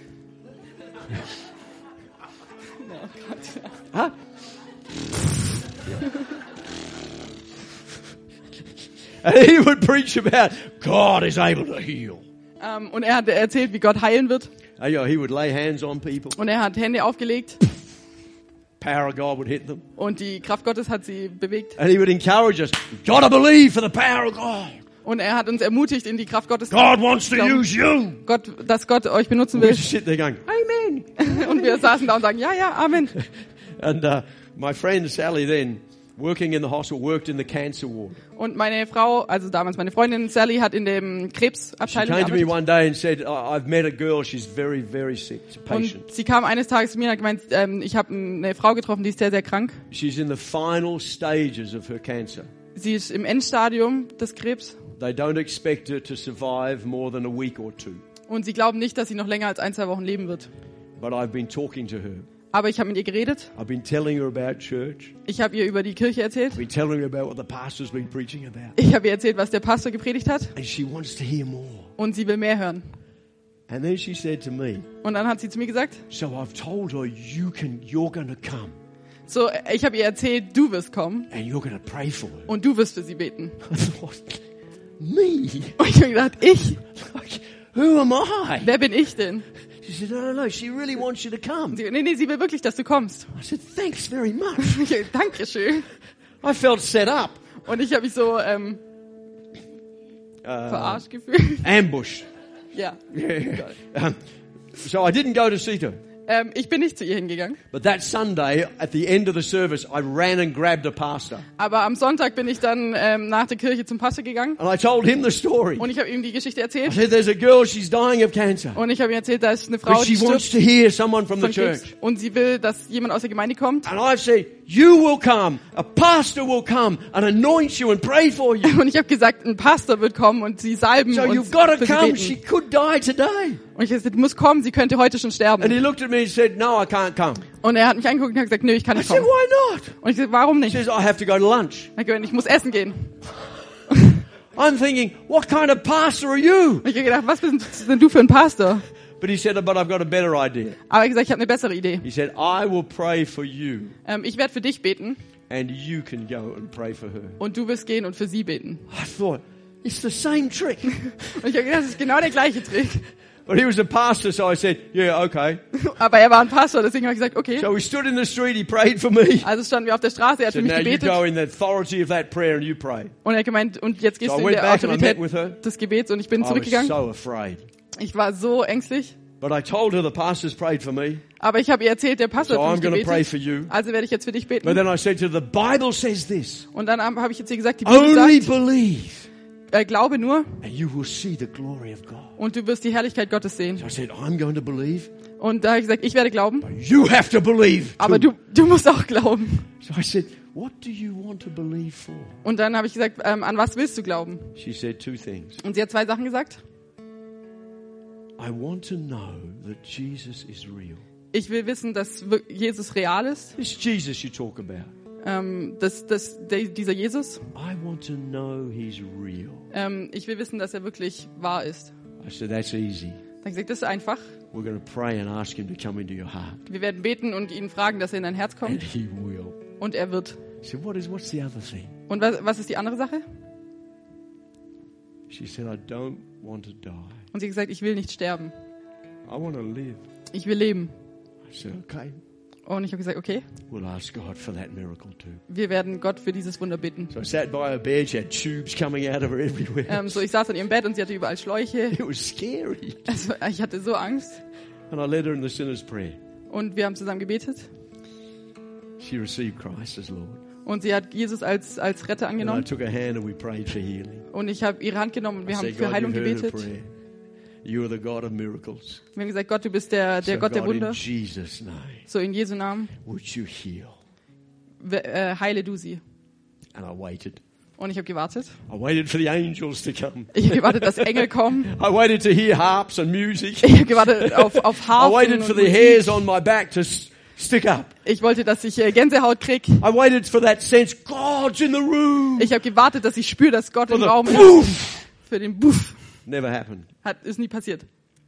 Oh Gott. Huh? And he would preach about God is able to heal. Ähm, und er hat erzählt, wie Gott heilen wird. And, you know, he would lay hands on people. Und er hat Hände aufgelegt. Power of God would hit them. Und die Kraft Gottes hat sie bewegt. And he would encourage us. You've got to believe for the power of God. Und er hat uns ermutigt, in die Kraft Gottes zu God wants to glauben. use you. Gott, dass Gott euch benutzen We will. sit there going, Amen. Und wir saßen da und sagen, ja, ja, Amen. And uh, my friend Sally then, working in the hospital, worked in the cancer ward. Und meine Frau, also damals meine Freundin Sally, hat in dem She Krebsabteilung came to me gearbeitet. one day and said, I- I've met a girl, she's very, very sick, it's a patient. Und sie kam eines Tages zu mir und hat gemeint, ähm, ich habe eine Frau getroffen, die ist sehr, sehr krank. She's in the final stages of her cancer. Sie ist im Endstadium des Krebs. They don't expect her to survive more than a week or two. Und sie glauben nicht, dass sie noch länger als ein, zwei Wochen leben wird. But I've been talking to her. Aber ich habe mit ihr geredet. I've been telling her about church. Ich habe ihr über die Kirche erzählt. I've been telling her about what the pastor's been preaching about. Ich habe ihr erzählt, was der Pastor gepredigt hat. And she wants to hear more. Und sie will mehr hören. And then she said to me, Und dann hat sie zu mir gesagt, so I've told her you can, you're going to come so, ich habe ihr erzählt, du wirst kommen and you're going to pray for her. und du wirst für sie beten. I thought, me? Und ich habe gedacht, ich? Like, who am I? Wer bin ich denn? She said, no, no, no, she really wants you to come. Sie, nee, nee, sie will wirklich, dass du kommst. I said, thanks very much. Ich, Dankeschön. I felt set up, Und ich habe mich so ähm, uh, verarscht gefühlt. ambushed. Ja. Yeah. Um, so I didn't go to see her. Ähm, ich bin nicht zu ihr hingegangen. But that Sunday, at the end of the service, I ran and grabbed a pastor. Aber am Sonntag bin ich dann ähm, nach der Kirche zum Pastor gegangen. And I told him the story. Und ich habe ihm die Geschichte I erzählt. said, there's a girl, she's dying of cancer. Und ich habe ihm erzählt, da ist eine Frau, But die she wants stirbt to hear someone from the von Krebs. church. Und sie will, dass jemand aus der Gemeinde kommt. And I've said, you will come, a pastor will come and anoint you and pray for you. Und ich habe gesagt, ein Pastor wird kommen und sie salben So und you've got to für sie come, she beten. could die today. Und ich habe gesagt, du musst kommen, sie könnte heute schon And sterben. he looked at me and said, no, I can't come. Und er hat mich angeguckt und hat gesagt, nö, ich kann I nicht said, kommen. why not? Und ich gesagt, warum He nicht? says, I have to go to lunch. Ich gesagt, ich muss essen gehen. I'm thinking, what kind of pastor are you? Und ich habe gedacht, was bist denn du für ein Pastor? But he said, but I've got a better idea. Aber er hat gesagt, ich habe eine bessere Idee. He said, I will pray for you Ähm, ich werde für dich beten and you can go and pray for her. und du wirst gehen und für sie beten. I thought, it's the same trick. Und ich habe gedacht, das ist genau der gleiche Trick. But he was a pastor, so I said, yeah, okay. Aber er war ein Pastor, deswegen habe ich gesagt, okay. So we stood in the street, he prayed for me. Also standen wir auf der Straße, er hat So für mich now you gebetet. go in the authority of that prayer and you pray. Und er hat gemeint, und jetzt gehst So I du in went der back and I Autorität met with her. des Gebets. Und ich bin I was zurückgegangen. so afraid. Ich war so ängstlich. But I told her the pastor's prayed for me. Aber ich habe ihr erzählt, der Pastor So I'm hat für going mich to pray gebetet. for you. Also werde ich jetzt für dich But beten. then I said to her, the Bible says this. Und dann habe ich jetzt ihr gesagt, die Bibel Only sagt, believe äh, glaube nur and you will see the glory of God. und du wirst die Herrlichkeit Gottes sehen. So I said, I'm going to believe. Und da habe ich gesagt, ich werde glauben, You have to believe. aber too. du, du musst auch glauben. So I said, what do you want to believe for? Und dann habe ich gesagt, ähm, an was willst du glauben? She said two things. Und sie hat zwei Sachen gesagt. I want to know that Jesus is real. Ich will wissen, dass wir- Jesus real ist. This Jesus you talk about. Ähm, dass, dass der, dieser Jesus. I want to know he's real. Ähm, ich will wissen, dass er wirklich wahr ist. I said, that's easy. Dann habe ich gesagt, das ist einfach. We're going to pray and ask him to come into your heart. Wir werden beten und ihn fragen, dass er in dein Herz And kommt. he will. Und er wird. I said, what is, what's the other thing? Und was, was ist die andere Sache? She said, I don't want to die. Und sie hat gesagt, ich will nicht sterben. I want to live. Ich will leben. I said, okay. Und ich habe gesagt, okay, we'll ask God for that miracle too. wir werden Gott für dieses Wunder bitten. So I sat by her bed. She had tubes coming out of her everywhere. Ähm, so ich saß an ihrem Bett und sie hatte überall Schläuche. It was scary. Also, ich hatte so Angst. And I led her in the sinner's prayer. Und wir haben zusammen gebetet. She received Christ as Lord. Und sie hat Jesus als, als Retter And I angenommen. took her hand and we prayed for healing. Und ich habe ihre Hand genommen und wir I haben said, für God, Heilung you've heard her gebetet. prayer. You are the God of miracles. Wir haben gesagt, Gott, du bist der, der So Gott der God, in Wunder. Jesus' name, So in Jesu Namen, would you heal? we- äh, heile du sie. And I waited. Und ich habe gewartet. I waited for the angels to come. Ich habe gewartet, dass Engel kommen. I waited to hear harps and music. Ich habe gewartet auf, auf I Harfen waited und for the Musik. hairs on my back to s- stick up. Ich wollte, dass ich äh, Gänsehaut krieg. I waited for that sense, God's in the room. Ich habe gewartet, dass ich spüre, dass Gott For im the Raum ist. poof. Für den Buff. Never happened. Hat, ist nie passiert.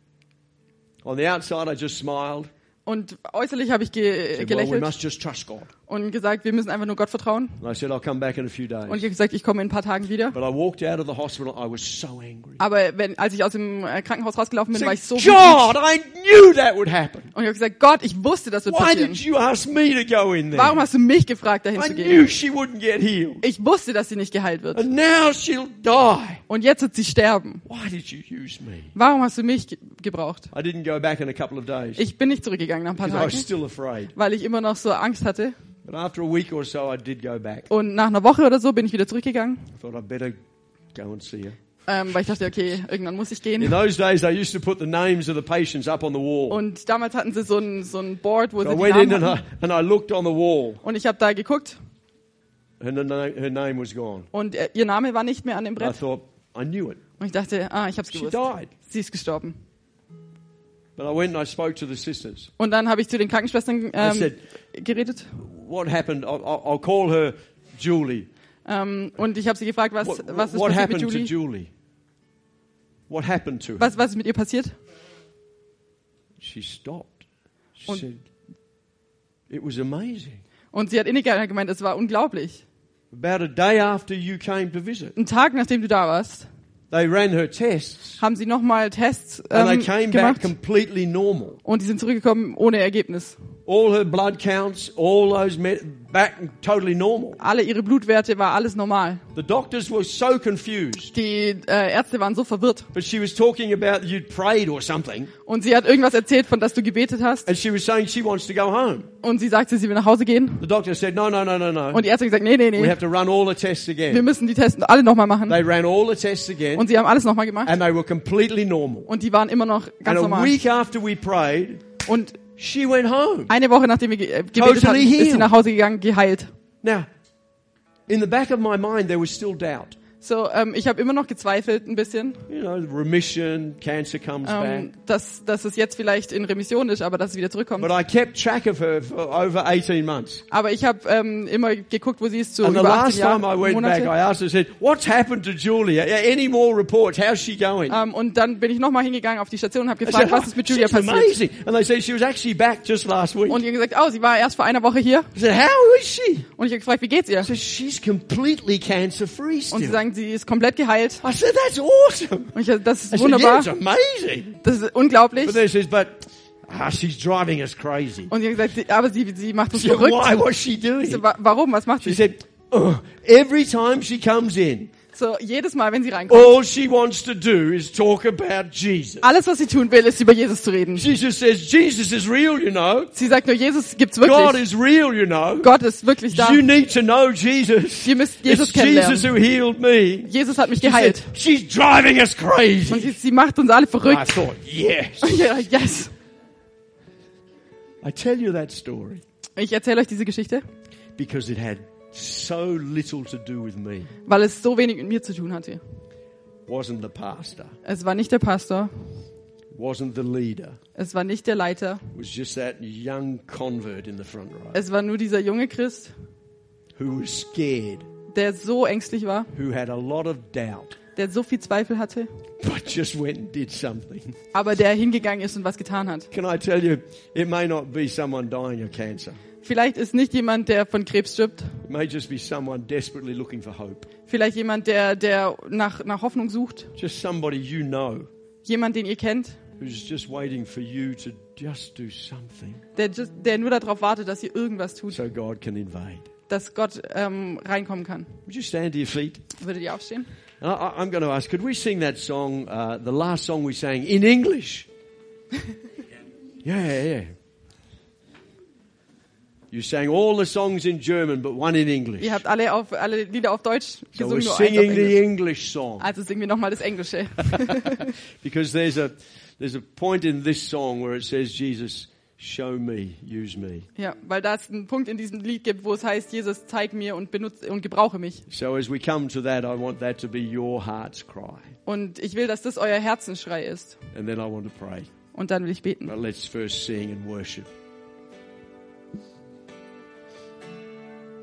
On the outside, I just smiled. Und äußerlich habe ich ge Said, well, we gelächelt must just trust God. und gesagt, wir müssen einfach nur Gott vertrauen. And I said, I'll come back in a few Und days. ich habe gesagt, ich komme in ein paar Tagen wieder. But I walked out of the hospital. I was so angry. Aber wenn, als ich aus dem äh, Krankenhaus rausgelaufen bin, war ich so Said, wütend. God, I knew that would happen. Und ich habe gesagt, Gott, ich wusste, das wird Why passieren. did you ask me to go in there? Warum hast du mich gefragt, dahin I zu knew gehen? she wouldn't get healed. Ich wusste, dass sie nicht geheilt wird. And now she'll die. Und jetzt wird sie sterben. Why did you use me? Warum hast du mich ge gebraucht? I didn't go back in a couple of days Ich bin nicht zurückgegangen nach ein paar because I was Tagen, still afraid. weil ich immer noch so Angst hatte. But after a week or so, I did go back. Und nach einer Woche oder so bin ich wieder zurückgegangen, I thought I'd better go and see her. ähm, weil ich dachte, okay, irgendwann muss ich In gehen. those days, they used to put the names of the patients up on the wall. Und damals hatten sie so ein, so ein Board, wo So sie I die went in Namen and hatten. I, and I looked on the wall, Und ich habe da geguckt and the na- her name was gone. und äh, ihr Name war nicht mehr an dem And I Brett. thought, I knew it. Und ich dachte, ah, ich hab's She gewusst. died. Sie ist gestorben. But I went and I spoke to the sisters. Und dann habe ich zu den Krankenschwestern I ähm, said, geredet. what happened? I'll, I'll I'll call her Julie. Ähm, und ich habe sie gefragt, was, What, was ist what passiert mit happened to Julie? Julie? What happened to her? Was, was ist mit ihr passiert? She stopped. She Und- said, it was amazing. Und sie hat innegehalten gemeint, es war unglaublich. About a day after you came to visit, Einen Tag, nachdem du da warst, they ran her tests haben sie nochmal Tests and they ähm, came back gemacht completely normal. und die sind zurückgekommen ohne Ergebnis. All her blood counts, all those met, back totally normal. Alle ihre Blutwerte, war alles normal. The doctors were so confused. Die äh, Ärzte waren so verwirrt. But she was talking about you'd prayed or something. Und sie hat irgendwas erzählt, von dass du gebetet hast. And she was saying she wants to go home. Und sie sagte, sie will nach Hause gehen. The doctor said, no, no, no, no, no. Und die Ärzte haben gesagt, nee, nee, We nee. have to run all the tests Wir again. müssen die Tests alle nochmal machen. They ran all the tests again. Und sie haben alles nochmal gemacht. And they were completely normal. Und die waren immer noch And ganz a normal. week after we prayed, Und she went home. eine Woche nachdem wir ge äh, gebetet Totally hatten, ist healed. sie nach Hause gegangen, geheilt. Now, in the back of my mind, there was still doubt. So, ähm, ich habe immer noch gezweifelt ein bisschen, You know, remission, cancer comes ähm, back. dass, dass es jetzt vielleicht in Remission ist, aber dass es wieder zurückkommt. But I kept track of her for over eighteen months. Aber ich habe ähm, immer geguckt, wo sie ist, so And the über last achtzehn time I Jahre, went back, Monate. I asked her, said, what's happened to Julia? Any more reports? How's she going? Ähm, und dann bin ich nochmal hingegangen auf die Station und habe I gefragt, said, was ist mit "Oh, Julia she's passiert. amazing. And they said she was actually back just last week. Und die haben gesagt, oh, sie war erst vor einer Woche hier. I said, how is she? Und ich habe gefragt, wie geht's ihr? I said, she's completely cancer-free Und sie still. sagen, sie ist komplett geheilt. I said, that's awesome. Und ich, das ist I said, yeah, wunderbar. it's amazing. Das ist unglaublich. But then she says, but ah, she's driving us crazy. Und sie haben gesagt, sie, aber sie, sie macht uns I said, verrückt. why? What's she Ich so, doing? wa warum? Was macht She sie? said, oh, every time she comes in, So, jedes Mal, wenn sie reinkommt, all she wants to do is talk about Jesus. alles, was sie tun will, ist über Jesus zu reden. She just says, Jesus is real, you know. Sie sagt nur, Jesus gibt's God wirklich. is real, you know. Gott ist wirklich da. You need to know Jesus. Ihr müsst Jesus It's Jesus kennenlernen. who healed me. Jesus hat mich She said, geheilt. she's driving us Und crazy. sie, sie macht uns alle I verrückt. thought, yes. Ja, yes. I tell you that story Ich erzähle euch diese Geschichte, because it had so little to do with me. weil es so wenig mit mir zu tun hatte. Wasn't the pastor. Es war nicht der Pastor, Wasn't the leader. es war nicht der Leiter, It was just that young convert in the front row es war nur dieser junge Christ, who was scared, der so ängstlich war, who had a lot of doubt, der so viel Zweifel hatte, but just went and did something. aber der hingegangen ist und was getan hat. Can I tell you, it may not be someone dying of cancer. Vielleicht ist nicht jemand, der von Krebs stirbt, It may just be someone desperately looking for hope. vielleicht jemand, der, der nach, nach Hoffnung sucht, Just somebody you know jemand, den ihr kennt, who's just waiting for you to just do something der, just, der nur darauf wartet, dass ihr irgendwas tut, so God can invade. dass Gott ähm, reinkommen kann. Would you stand to your feet? Würdet ihr aufstehen? And I, I'm going to ask, could we sing that song, uh, the last song we sang, in English? Yeah, yeah. You sang all the songs in German, but one in English. Ihr habt alle auf alle Lieder auf Deutsch So gesungen, we're nur eins auf singing the Englisch. English song. Also singen wir nochmal das Englische. Because there's a there's a point in this song where it says, Jesus, show me, use me. Ja, weil da es einen Punkt in diesem Lied gibt, wo es heißt, Jesus, zeig mir und benutze und gebrauche mich. So as we come to that, I want that to be your heart's cry. Und ich will, dass das euer Herzensschrei ist. And then I want to pray. Und dann will ich beten. But let's first sing and worship.